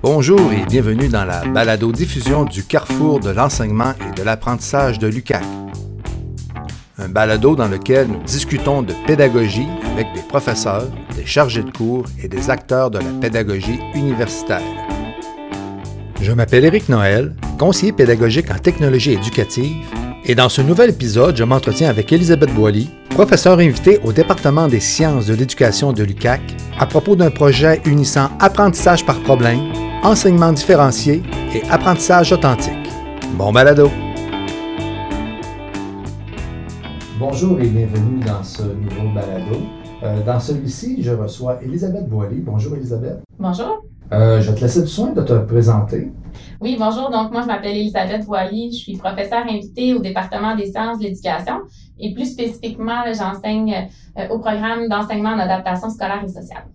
Bonjour et bienvenue dans la balado-diffusion du Carrefour de l'enseignement et de l'apprentissage de l'UQAC. Un balado dans lequel nous discutons de pédagogie avec des professeurs, des chargés de cours et des acteurs de la pédagogie universitaire. Je m'appelle Éric Noël, conseiller pédagogique en technologie éducative, et dans ce nouvel épisode, je m'entretiens avec Élisabeth Boily, professeure invitée au département des sciences de l'éducation de l'UQAC, à propos d'un projet unissant apprentissage par problème, enseignement différencié et apprentissage authentique. Bon balado! Bonjour et bienvenue dans ce nouveau balado. Dans celui-ci, je reçois Élisabeth Boily. Bonjour Élisabeth. Bonjour. Je vais te laisser le soin de te présenter. Oui, bonjour. Donc, moi, je m'appelle Élisabeth Boily. Je suis professeure invitée au département des sciences de l'éducation et plus spécifiquement, j'enseigne au programme d'enseignement en adaptation scolaire et sociale.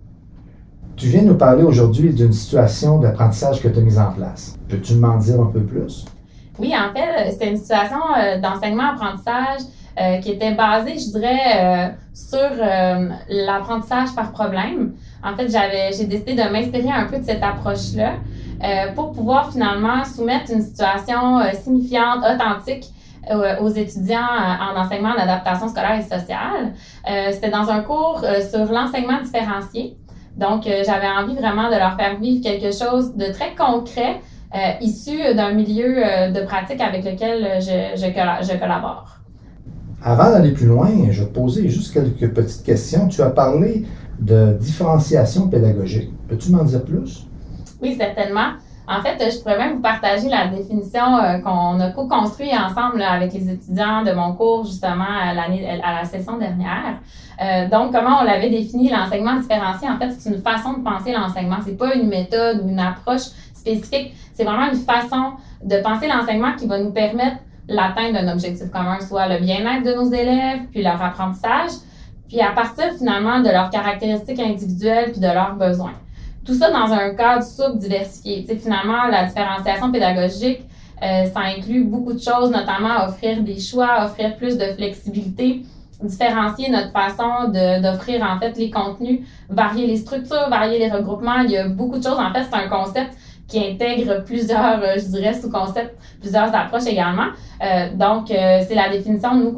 Tu viens nous parler aujourd'hui d'une situation d'apprentissage que tu as mise en place. Peux-tu m'en dire un peu plus? Oui, en fait, c'était une situation d'enseignement-apprentissage qui était basée, je dirais, sur l'apprentissage par problème. En fait, j'ai décidé de m'inspirer un peu de cette approche-là pour pouvoir finalement soumettre une situation signifiante, authentique aux étudiants en enseignement en adaptation scolaire et sociale. C'était dans un cours sur l'enseignement différencié. Donc, j'avais envie vraiment de leur faire vivre quelque chose de très concret, issu d'un milieu de pratique avec lequel je collabore. Avant d'aller plus loin, je vais te poser juste quelques petites questions. Tu as parlé de différenciation pédagogique. Peux-tu m'en dire plus? Oui, certainement. En fait, je pourrais même vous partager la définition qu'on a co-construite ensemble là, avec les étudiants de mon cours, justement, à la session dernière. Donc, comment on l'avait défini, l'enseignement différencié, en fait, c'est une façon de penser l'enseignement. C'est pas une méthode ou une approche spécifique. C'est vraiment une façon de penser l'enseignement qui va nous permettre l'atteinte d'un objectif commun, soit le bien-être de nos élèves, puis leur apprentissage, puis à partir finalement de leurs caractéristiques individuelles puis de leurs besoins. Tout ça dans un cadre souple, diversifié. Tu sais, finalement, la différenciation pédagogique, ça inclut beaucoup de choses, notamment offrir des choix, offrir plus de flexibilité, différencier notre façon d'offrir en fait les contenus, varier les structures, varier les regroupements. Il y a beaucoup de choses. En fait, c'est un concept qui intègre plusieurs, je dirais, sous-concepts, plusieurs approches également. Donc, c'est la définition, nous,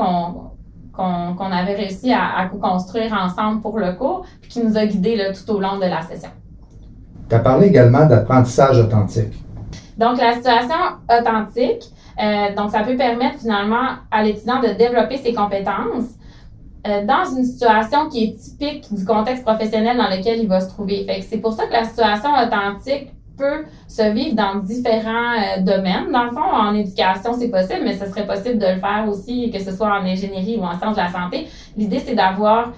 qu'on avait réussi à co-construire ensemble pour le cours, puis qui nous a guidés là, tout au long de la session. Tu as parlé également d'apprentissage authentique. Donc, la situation authentique, donc ça peut permettre finalement à l'étudiant de développer ses compétences dans une situation qui est typique du contexte professionnel dans lequel il va se trouver. Fait que c'est pour ça que la situation authentique peut se vivre dans différents domaines. Dans le fond, en éducation, c'est possible, mais ce serait possible de le faire aussi, que ce soit en ingénierie ou en sciences de la santé. L'idée, c'est d'avoir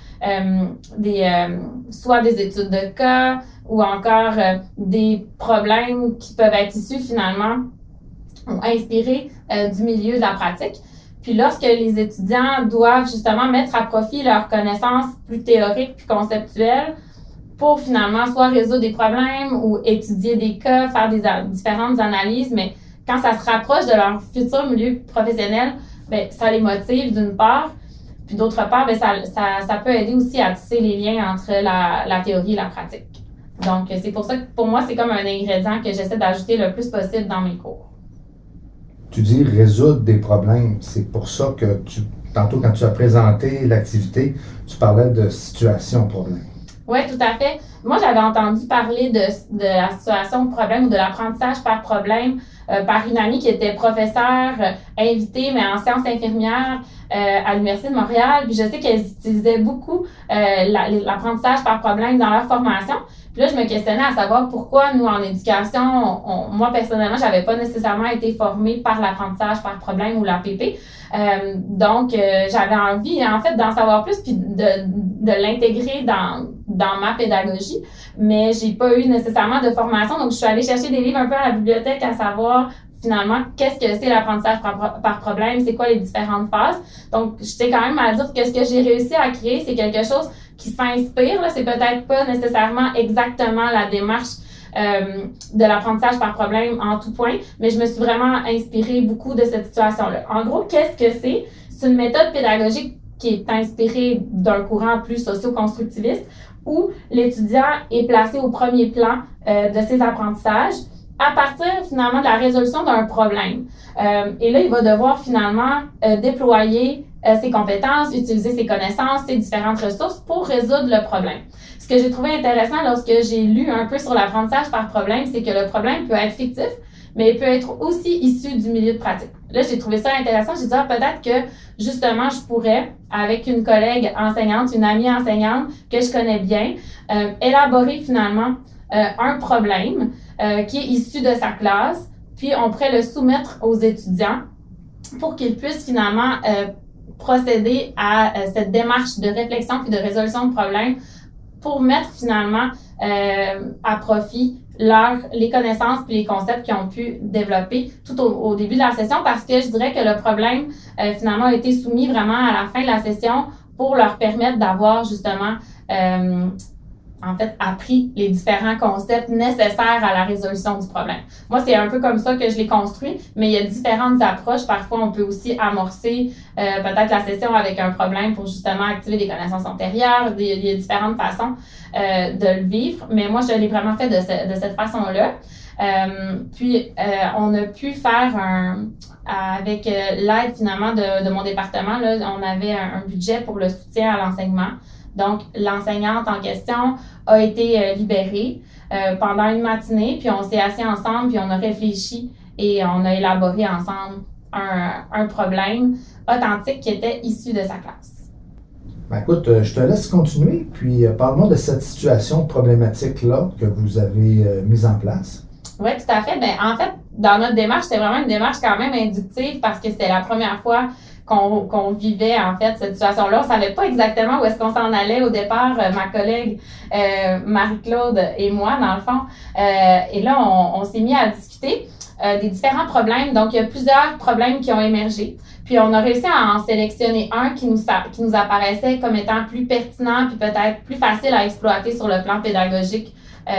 soit des études de cas ou encore des problèmes qui peuvent être issus finalement ou inspirés du milieu de la pratique. Puis lorsque les étudiants doivent justement mettre à profit leurs connaissances plus théoriques puis conceptuelles pour finalement soit résoudre des problèmes ou étudier des cas, faire des différentes analyses, mais quand ça se rapproche de leur futur milieu professionnel, bien, ça les motive d'une part, puis d'autre part, bien, ça peut aider aussi à tisser les liens entre la théorie et la pratique. Donc, c'est pour ça que pour moi, c'est comme un ingrédient que j'essaie d'ajouter le plus possible dans mes cours. Tu dis résoudre des problèmes. C'est pour ça que tantôt, quand tu as présenté l'activité, tu parlais de situation problème. Oui, tout à fait. Moi, j'avais entendu parler de la situation de problème ou de l'apprentissage par problème par une amie qui était professeure invitée, mais en sciences infirmières à l'Université de Montréal. Puis je sais qu'elles utilisaient beaucoup l'apprentissage par problème dans leur formation. Puis là, je me questionnais à savoir pourquoi nous, en éducation, moi, personnellement, j'avais pas nécessairement été formée par l'apprentissage par problème ou l'APP. Donc, j'avais envie, en fait, d'en savoir plus puis de l'intégrer dans ma pédagogie, mais j'ai pas eu nécessairement de formation. Donc, je suis allée chercher des livres un peu à la bibliothèque à savoir finalement qu'est-ce que c'est l'apprentissage par problème, c'est quoi les différentes phases. Donc, je tiens quand même à dire que ce que j'ai réussi à créer, c'est quelque chose qui s'inspire. Là, c'est peut-être pas nécessairement exactement la démarche de l'apprentissage par problème en tout point, mais je me suis vraiment inspirée beaucoup de cette situation-là. En gros, qu'est-ce que c'est? C'est une méthode pédagogique qui est inspirée d'un courant plus socio-constructiviste où l'étudiant est placé au premier plan de ses apprentissages à partir finalement de la résolution d'un problème. Et là, il va devoir finalement déployer ses compétences, utiliser ses connaissances, ses différentes ressources pour résoudre le problème. Ce que j'ai trouvé intéressant lorsque j'ai lu un peu sur l'apprentissage par problème, c'est que le problème peut être fictif, mais il peut être aussi issu du milieu de pratique. Là, j'ai trouvé ça intéressant. J'ai dit, peut-être que, justement, je pourrais, avec une collègue enseignante, une amie enseignante que je connais bien, élaborer finalement un problème qui est issu de sa classe, puis on pourrait le soumettre aux étudiants pour qu'ils puissent finalement procéder à cette démarche de réflexion puis de résolution de problèmes pour mettre finalement à profit les connaissances puis les concepts qu'ils ont pu développer tout au début de la session, parce que je dirais que le problème finalement a été soumis vraiment à la fin de la session pour leur permettre d'avoir justement appris les différents concepts nécessaires à la résolution du problème. Moi, c'est un peu comme ça que je l'ai construit, mais il y a différentes approches. Parfois, on peut aussi amorcer peut-être la session avec un problème pour justement activer des connaissances antérieures. Il y a différentes façons de le vivre, mais moi, je l'ai vraiment fait de cette façon-là. On a pu faire avec l'aide finalement de mon département, là, on avait un budget pour le soutien à l'enseignement. Donc, l'enseignante en question a été libérée pendant une matinée, puis on s'est assis ensemble, puis on a réfléchi et on a élaboré ensemble un problème authentique qui était issu de sa classe. Ben écoute, je te laisse continuer, puis parle-moi de cette situation problématique-là que vous avez mise en place. Oui, tout à fait. Ben, en fait, dans notre démarche, c'était vraiment une démarche quand même inductive parce que c'était la première fois qu'on vivait, en fait, cette situation-là. On savait pas exactement où est-ce qu'on s'en allait au départ, ma collègue Marie-Claude et moi, dans le fond. Et là, on s'est mis à discuter des différents problèmes. Donc, il y a plusieurs problèmes qui ont émergé. Puis, on a réussi à en sélectionner un qui nous apparaissait comme étant plus pertinent puis peut-être plus facile à exploiter sur le plan pédagogique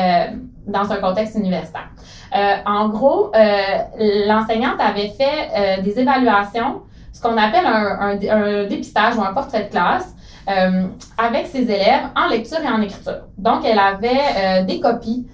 dans un contexte universitaire. En gros, l'enseignante avait fait des évaluations, ce qu'on appelle un dépistage ou un portrait de classe avec ses élèves en lecture et en écriture. Donc, elle avait des copies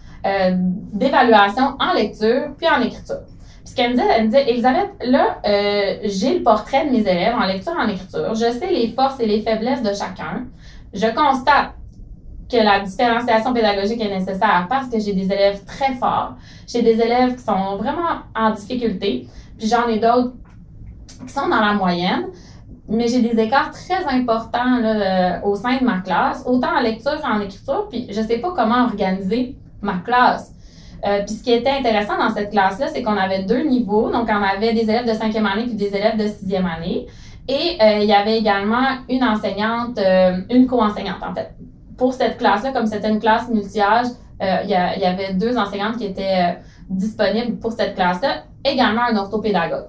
d'évaluation en lecture puis en écriture. Puis ce qu'elle me disait, Elisabeth, là, j'ai le portrait de mes élèves en lecture et en écriture. Je sais les forces et les faiblesses de chacun. Je constate que la différenciation pédagogique est nécessaire parce que j'ai des élèves très forts. J'ai des élèves qui sont vraiment en difficulté. Puis j'en ai d'autres qui sont dans la moyenne. Mais j'ai des écarts très importants là, au sein de ma classe, autant en lecture qu'en écriture. Puis je sais pas comment organiser ma classe. Puis ce qui était intéressant dans cette classe-là, c'est qu'on avait 2 niveaux. Donc, on avait des élèves de 5e année puis des élèves de 6e année. Et il y avait également une enseignante, une co-enseignante en fait. Pour cette classe-là, comme c'était une classe multi-âge, il y avait 2 enseignantes qui étaient disponibles pour cette classe-là, également un orthopédagogue.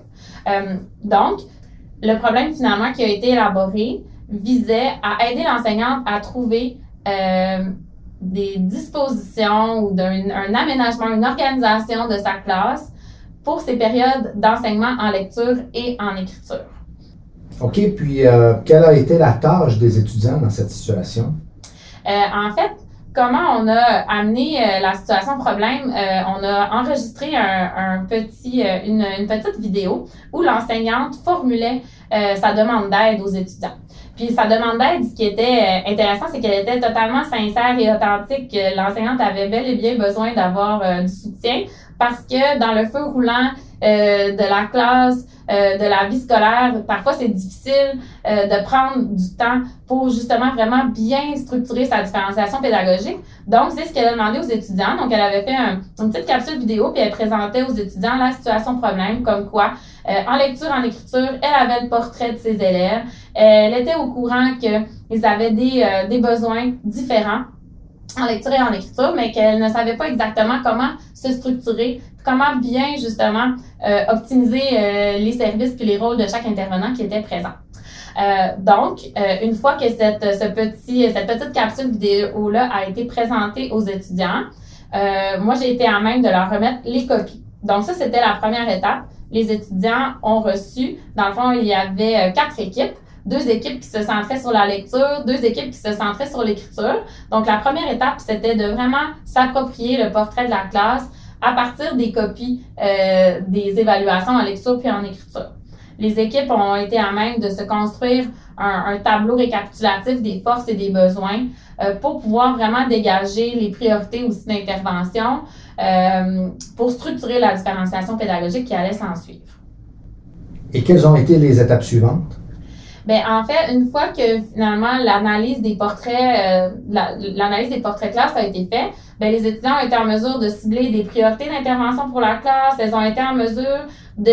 Donc, le problème finalement qui a été élaboré visait à aider l'enseignante à trouver des dispositions ou un aménagement, une organisation de sa classe pour ces périodes d'enseignement en lecture et en écriture. OK, puis quelle a été la tâche des étudiants dans cette situation? En fait, comment on a amené la situation problème? On a enregistré une petite vidéo où l'enseignante formulait sa demande d'aide aux étudiants. Puis sa demande d'aide, ce qui était intéressant, c'est qu'elle était totalement sincère et authentique. L'enseignante avait bel et bien besoin d'avoir du soutien parce que dans le feu roulant de la classe, de la vie scolaire, parfois c'est difficile de prendre du temps pour justement vraiment bien structurer sa différenciation pédagogique. Donc, c'est ce qu'elle a demandé aux étudiants. Donc, elle avait fait une petite capsule vidéo puis elle présentait aux étudiants la situation problème, comme quoi en lecture, en écriture, elle avait le portrait de ses élèves. Elle était au courant qu'ils avaient des besoins différents en lecture et en écriture, mais qu'elle ne savait pas exactement comment se structurer, comment bien justement optimiser les services puis les rôles de chaque intervenant qui était présent. Donc, une fois que cette petite capsule vidéo-là a été présentée aux étudiants, moi, j'ai été à même de leur remettre les copies. Donc, ça, c'était la première étape. Les étudiants ont reçu, dans le fond, il y avait 4 équipes. 2 équipes qui se centraient sur la lecture, 2 équipes qui se centraient sur l'écriture. Donc, la première étape, c'était de vraiment s'approprier le portrait de la classe à partir des copies des évaluations en lecture puis en écriture. Les équipes ont été à même de se construire un tableau récapitulatif des forces et des besoins pour pouvoir vraiment dégager les priorités aussi d'intervention pour structurer la différenciation pédagogique qui allait s'en suivre. Et quelles ont été les étapes suivantes? Bien, en fait, une fois que finalement l'analyse des portraits, l'analyse des portraits classe a été faite, bien, les étudiants ont été en mesure de cibler des priorités d'intervention pour la classe. Elles ont été en mesure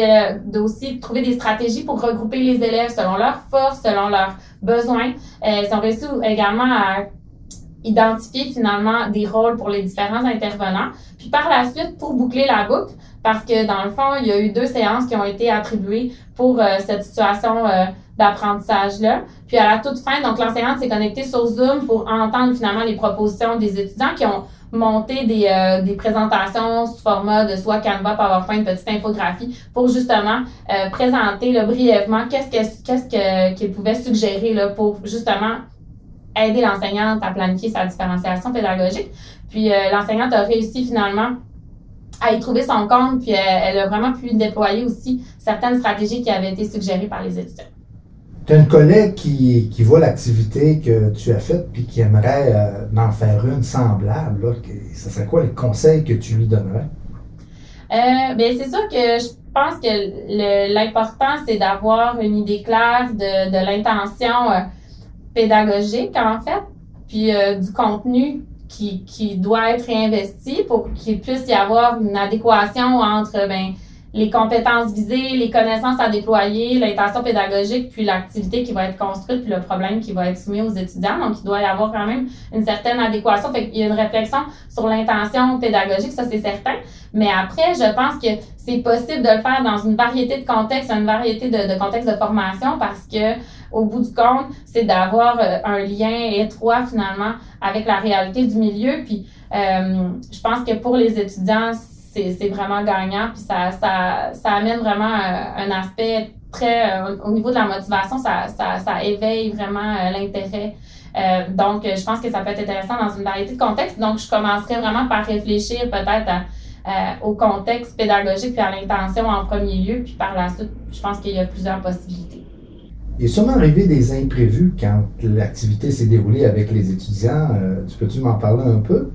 aussi trouver des stratégies pour regrouper les élèves selon leurs forces, selon leurs besoins. Elles ont réussi également à identifier finalement des rôles pour les différents intervenants. Puis par la suite, pour boucler la boucle, parce que dans le fond, il y a eu 2 séances qui ont été attribuées pour cette situation d'apprentissage-là. Puis à la toute fin, donc l'enseignante s'est connectée sur Zoom pour entendre finalement les propositions des étudiants qui ont monté des présentations sous format de soit Canva, PowerPoint, petite infographie pour justement présenter là, brièvement qu'est-ce qu'ils pouvaient suggérer là, pour justement aider l'enseignante à planifier sa différenciation pédagogique. Puis l'enseignante a réussi finalement à y trouver son compte, puis elle a vraiment pu déployer aussi certaines stratégies qui avaient été suggérées par les étudiants. Tu as une collègue qui voit l'activité que tu as faite puis qui aimerait en faire une semblable. Là, ce serait quoi les conseils que tu lui donnerais? Bien, c'est sûr que je pense que l'important, c'est d'avoir une idée claire de l'intention pédagogique, en fait, puis du contenu qui doit être réinvesti pour qu'il puisse y avoir une adéquation entre les compétences visées, les connaissances à déployer, l'intention pédagogique, puis l'activité qui va être construite, puis le problème qui va être soumis aux étudiants. Donc, il doit y avoir quand même une certaine adéquation. Fait qu'il y a une réflexion sur l'intention pédagogique, ça c'est certain. Mais après, je pense que c'est possible de le faire dans une variété de contextes, une variété de contextes de formation parce que au bout du compte, c'est d'avoir un lien étroit finalement avec la réalité du milieu. Puis, je pense que pour les étudiants, c'est vraiment gagnant. Puis, ça amène vraiment un aspect très, au niveau de la motivation, ça éveille vraiment l'intérêt. Donc, je pense que ça peut être intéressant dans une variété de contextes. Donc, je commencerai vraiment par réfléchir peut-être au contexte pédagogique puis à l'intention en premier lieu. Puis, par la suite, je pense qu'il y a plusieurs possibilités. Il est sûrement arrivé des imprévus quand l'activité s'est déroulée avec les étudiants. Peux-tu m'en parler un peu?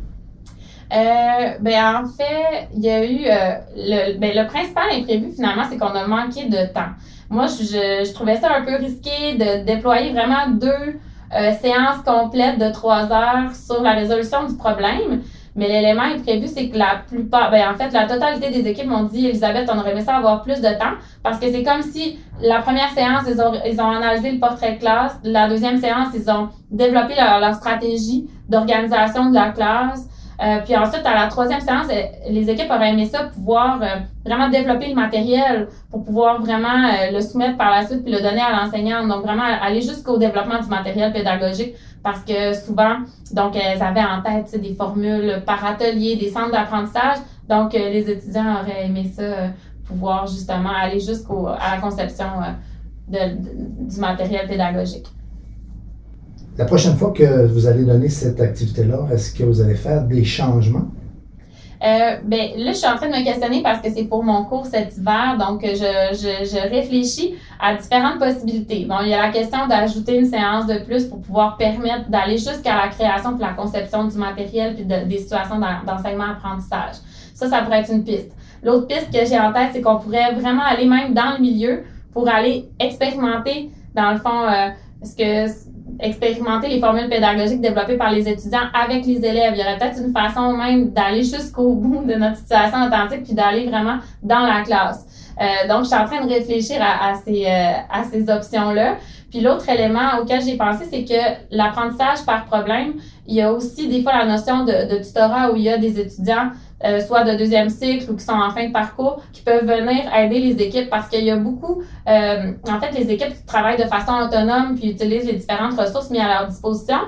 En fait, il y a eu le principal imprévu finalement, c'est qu'on a manqué de temps. Moi, je trouvais ça un peu risqué de déployer vraiment 2 séances complètes de 3 heures sur la résolution du problème. Mais l'élément imprévu, c'est que la totalité des équipes m'ont dit, Elisabeth, on aurait aimé ça avoir plus de temps, parce que c'est comme si la première séance, ils ont analysé le portrait de classe, la deuxième séance, ils ont développé leur stratégie d'organisation de la classe, puis ensuite, à la 3e séance, les équipes auraient aimé ça, pouvoir vraiment développer le matériel pour pouvoir vraiment le soumettre par la suite puis le donner à l'enseignante. Donc, vraiment aller jusqu'au développement du matériel pédagogique parce que souvent, donc, elles avaient en tête des formules par atelier, des centres d'apprentissage. Donc, les étudiants auraient aimé ça, pouvoir justement aller à la conception du matériel pédagogique. La prochaine fois que vous allez donner cette activité-là, est-ce que vous allez faire des changements? Là, je suis en train de me questionner parce que c'est pour mon cours cet hiver, donc je réfléchis à différentes possibilités. Bon, il y a la question d'ajouter une séance de plus pour pouvoir permettre d'aller jusqu'à la création puis la conception du matériel puis des situations d'enseignement-apprentissage. Ça pourrait être une piste. L'autre piste que j'ai en tête, c'est qu'on pourrait vraiment aller même dans le milieu pour aller expérimenter, dans le fond, expérimenter les formules pédagogiques développées par les étudiants avec les élèves. Il y aurait peut-être une façon même d'aller jusqu'au bout de notre situation authentique puis d'aller vraiment dans la classe. Donc, je suis en train de réfléchir à ces options-là. Puis l'autre élément auquel j'ai pensé, c'est que l'apprentissage par problème, il y a aussi des fois la notion de tutorat où il y a des étudiants soit de 2e cycle ou qui sont en fin de parcours, qui peuvent venir aider les équipes parce qu'il y a beaucoup, en fait, les équipes qui travaillent de façon autonome puis utilisent les différentes ressources mises à leur disposition.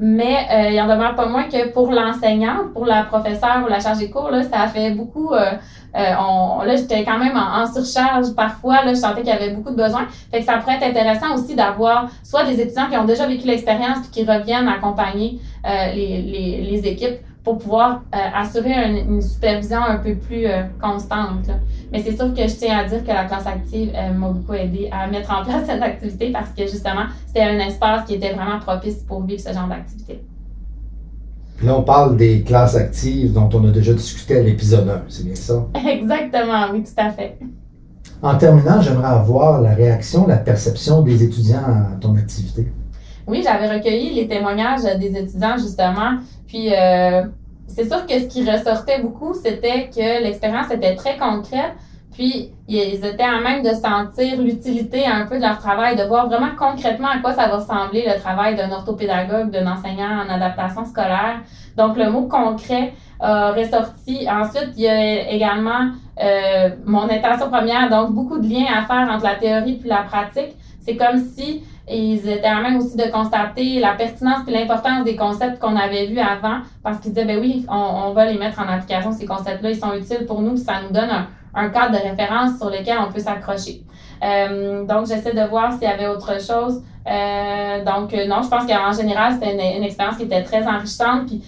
Mais il en demeure pas moins que pour l'enseignant, pour la professeure ou la chargée de cours, là, ça a fait beaucoup... là, j'étais quand même en surcharge parfois. Là, je sentais qu'il y avait beaucoup de besoins. Fait que ça pourrait être intéressant aussi d'avoir soit des étudiants qui ont déjà vécu l'expérience puis qui reviennent accompagner les équipes pour pouvoir assurer une supervision un peu plus constante. Là. Mais c'est sûr que je tiens à dire que la classe active m'a beaucoup aidé à mettre en place cette activité parce que justement, c'était un espace qui était vraiment propice pour vivre ce genre d'activité. Là, on parle des classes actives dont on a déjà discuté à l'épisode 1, c'est bien ça? Exactement, oui, tout à fait. En terminant, j'aimerais avoir la réaction, la perception des étudiants à ton activité. Oui, j'avais recueilli les témoignages des étudiants, justement. Puis, c'est sûr que ce qui ressortait beaucoup, c'était que l'expérience était très concrète. Puis, ils étaient à même de sentir l'utilité un peu de leur travail, de voir vraiment concrètement à quoi ça va ressembler le travail d'un orthopédagogue, d'un enseignant en adaptation scolaire. Donc, le mot concret a ressorti. Ensuite, il y a également mon intention première, donc beaucoup de liens à faire entre la théorie puis la pratique. C'est comme si ils étaient à même aussi de constater la pertinence et l'importance des concepts qu'on avait vus avant, parce qu'ils disaient, ben oui, on va les mettre en application, ces concepts-là, ils sont utiles pour nous, ça nous donne un cadre de référence sur lequel on peut s'accrocher. Donc, j'essaie de voir s'il y avait autre chose. Non, je pense qu'en général, c'était une expérience qui était très enrichissante. Puis,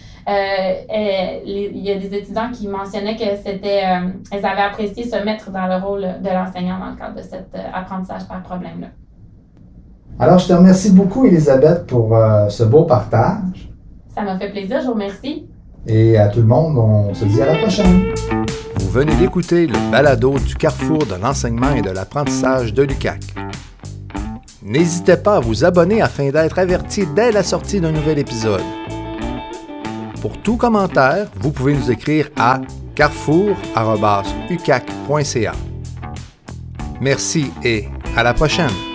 il y a des étudiants qui mentionnaient que elles avaient apprécié se mettre dans le rôle de l'enseignant dans le cadre de cet apprentissage par problème-là. Alors, je te remercie beaucoup, Elisabeth, pour ce beau partage. Ça m'a fait plaisir, je vous remercie. Et à tout le monde, on se dit à la prochaine. Vous venez d'écouter le balado du Carrefour de l'enseignement et de l'apprentissage de l'UQAC. N'hésitez pas à vous abonner afin d'être averti dès la sortie d'un nouvel épisode. Pour tout commentaire, vous pouvez nous écrire à carrefour@uqac.ca. Merci et à la prochaine!